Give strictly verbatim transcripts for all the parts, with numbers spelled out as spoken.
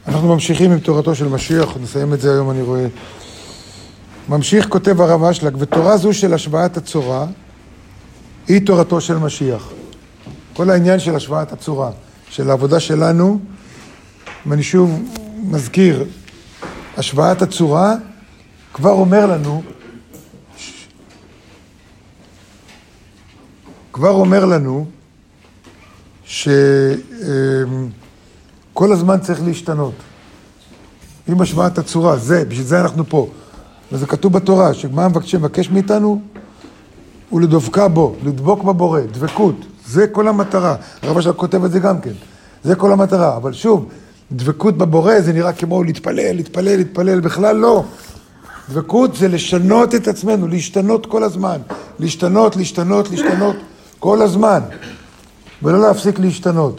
אנחנו ממשיכים עם תורתו של משיח, נסיים את זה היום אני רואה. ממשיך כותב הרב אשלג, ותורה זו של השוואת הצורה היא תורתו של משיח. כל העניין של השוואת הצורה, של העבודה שלנו, ואני שוב מזכיר, השוואת הצורה כבר אומר לנו, כבר אומר לנו שכל הזמן צריך להשתנות. עם השוואת הצורה, זה, בשביל זה אנחנו פה. וזה כתוב בתורה, שמה מבקש מאיתנו? הוא לדבקה בו, לדבוק בבורא, דבקות. זה כל המטרה. הרב אשלג כותב את זה גם כן. זה כל המטרה. אבל שוב, דבקות בבורא זה נראה כמו להתפלל, להתפלל, להתפלל. בכלל לא. דבקות זה לשנות את עצמנו, להשתנות כל הזמן. להשתנות, להשתנות, להשתנות כל הזמן. ולא להפסיק להשתנות.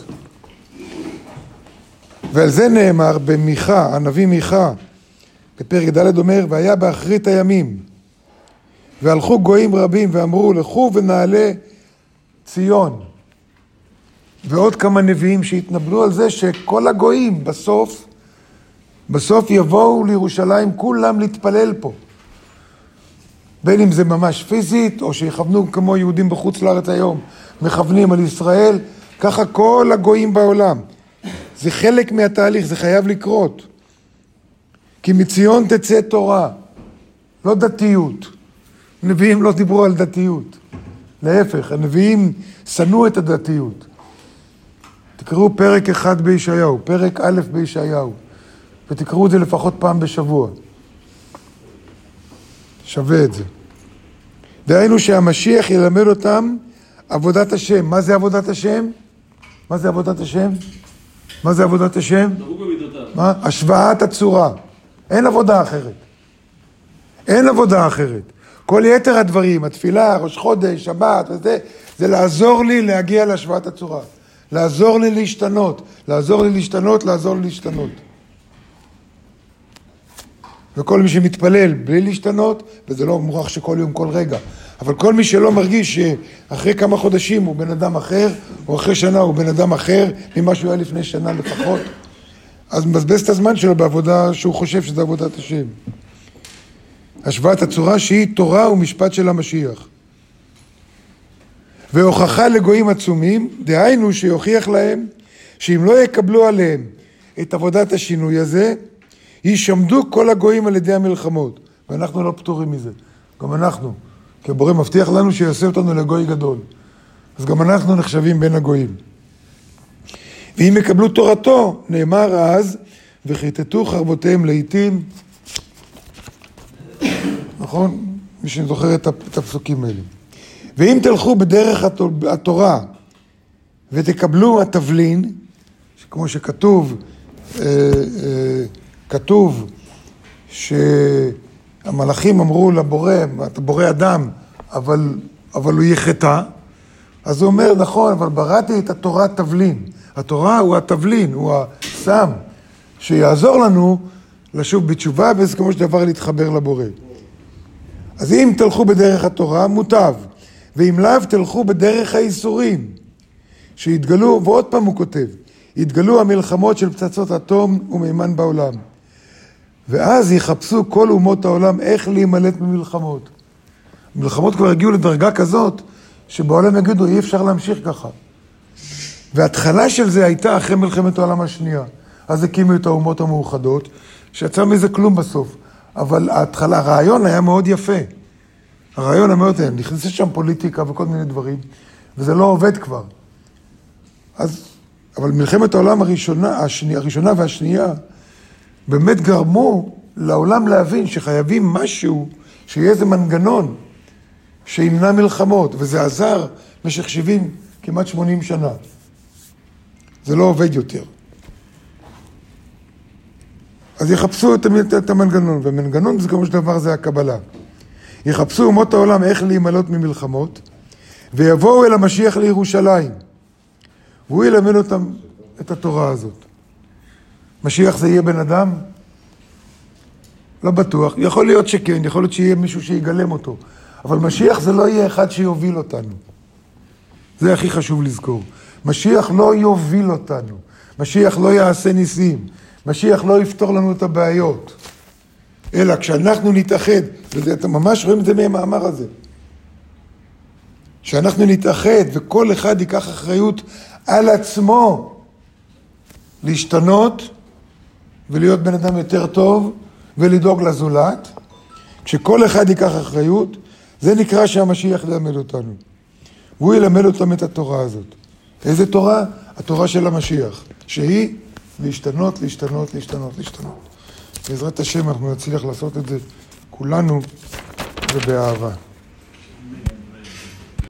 ועל זה נאמר במיכה, הנביא מיכה, בפרק ד' אומר, והיה באחרית הימים, והלכו גויים רבים ואמרו, לכו ונעלה ציון. ועוד כמה נביאים שהתנבלו על זה שכל הגויים בסוף, בסוף יבואו לירושלים כולם להתפלל פה. בין אם זה ממש פיזית, או שיכוונו כמו יהודים בחוץ לארץ היום, מכוונים על ישראל, ככה כל הגויים בעולם. זה חלק מהתהליך, זה חייב לקרות. כי מציון תצא תורה, לא דתיות. הנביאים לא דיברו על דתיות. להפך, הנביאים שנאו את הדתיות. תקראו פרק אחד בישעיהו, פרק א' בישעיהו, ותקראו את זה לפחות פעם בשבוע. שווה את זה. דהיינו שהמשיח ילמד אותם עבודת השם. מה זה עבודת השם? מה זה עבודת השם? מה זה עבודת השם? מה? השוואת הצורה. אין עבודה אחרת. אין עבודה אחרת. כל יתר הדברים, התפילה, ראש חודש, שבת, וזה, זה לעזור לי להגיע להשוואת הצורה. לעזור לי להשתנות. לעזור לי להשתנות, לעזור לי להשתנות. וכל מי שמתפלל בלי להשתנות, וזה לא מוכרח שכל יום, כל רגע, אבל כל מי שלא מרגיש שאחרי כמה חודשים הוא בן אדם אחר, או אחרי שנה הוא בן אדם אחר, ממה שהוא היה לפני שנה לפחות, אז מבזבז את הזמן שלו בעבודה שהוא חושב שזה עבודת השם. השוואת הצורה שהיא תורה ומשפט של המשיח. והוכחה לגויים עצומים, דהיינו שיוכיח להם, שאם לא יקבלו עליהם את עבודת השינוי הזה, יישמדו כל הגויים על ידי המלחמות. ואנחנו לא פטורים מזה. גם אנחנו. כי הבורא מבטיח לנו שיעשה אותנו לגוי גדול. אז גם אנחנו נחשבים בין הגויים. ואם יקבלו תורתו, נאמר אז, וחיטטו חרבותיהם לעתים. נכון? מי שזוכר את הפסוקים האלה. ואם תלכו בדרך התורה, ותקבלו התבלין, כמו שכתוב, אה, אה, כתוב שהמלאכים אמרו לבורא, אתה בורא אדם, אבל, אבל הוא יחטא, אז הוא אומר, נכון, אבל בראתי את התורה תבלין. התורה הוא התבלין, הוא הסם, שיעזור לנו לשוב בתשובה, וזה כמו שדבר להתחבר לבורא. אז אם תלכו בדרך התורה, מוטב, ואם לאו תלכו בדרך האיסורים, שהתגלו, ועוד פעם הוא כותב, התגלו המלחמות של פצצות אטום ומימן בעולם. ואז יחפשו כל אומות העולם איך להימלט ממלחמות. מלחמות כבר הגיעו לדרגה כזאת, שבעולם יגידו, אי אפשר להמשיך ככה. וההתחלה של זה הייתה אחרי מלחמת העולם השנייה. אז הקימו את האומות המאוחדות, שיצא מזה כלום בסוף. אבל ההתחלה, הרעיון היה מאוד יפה. הרעיון היה מאוד יפה. נכנסה שם פוליטיקה וכל מיני דברים, וזה לא עובד כבר. אז, אבל מלחמת העולם הראשונה, השני, הראשונה והשנייה, באמת גרמו לעולם להבין שחייבים משהו, שיהיה איזה מנגנון שימנע מלחמות, וזה עזר במשך שבעים, כמעט שמונים שנה. זה לא עובד יותר. אז יחפשו את המנגנון, והמנגנון זה כמו שדבר זה הקבלה. יחפשו אומות העולם איך להימלט ממלחמות, ויבואו אל המשיח לירושלים, והוא ילמד אותם את התורה הזאת. משיח זה יהיה בן אדם? לא בטוח. יכול להיות שכן, יכול להיות שיהיה מישהו שיגלם אותו. אבל משיח זה לא יהיה אחד שיוביל אותנו. זה הכי חשוב לזכור. משיח לא יוביל אותנו. משיח לא יעשה ניסים. משיח לא יפתור לנו את הבעיות, אלא כשאנחנו נתאחד, ואתם ממש רואים את זה מהמאמר הזה, שאנחנו נתאחד וכל אחד ייקח אחריות על עצמו להשתנות ולהיות בן אדם יותר טוב ולדאוג לזולת, כשכל אחד ייקח אחריות, זה נקרא שהמשיח ילמד אותנו. והוא ילמד אותם את התורה הזאת. איזה תורה? התורה של המשיח, שהיא להשתנות, להשתנות, להשתנות, להשתנות. בעזרת השם אנחנו נצליח לעשות את זה כולנו ובאהבה.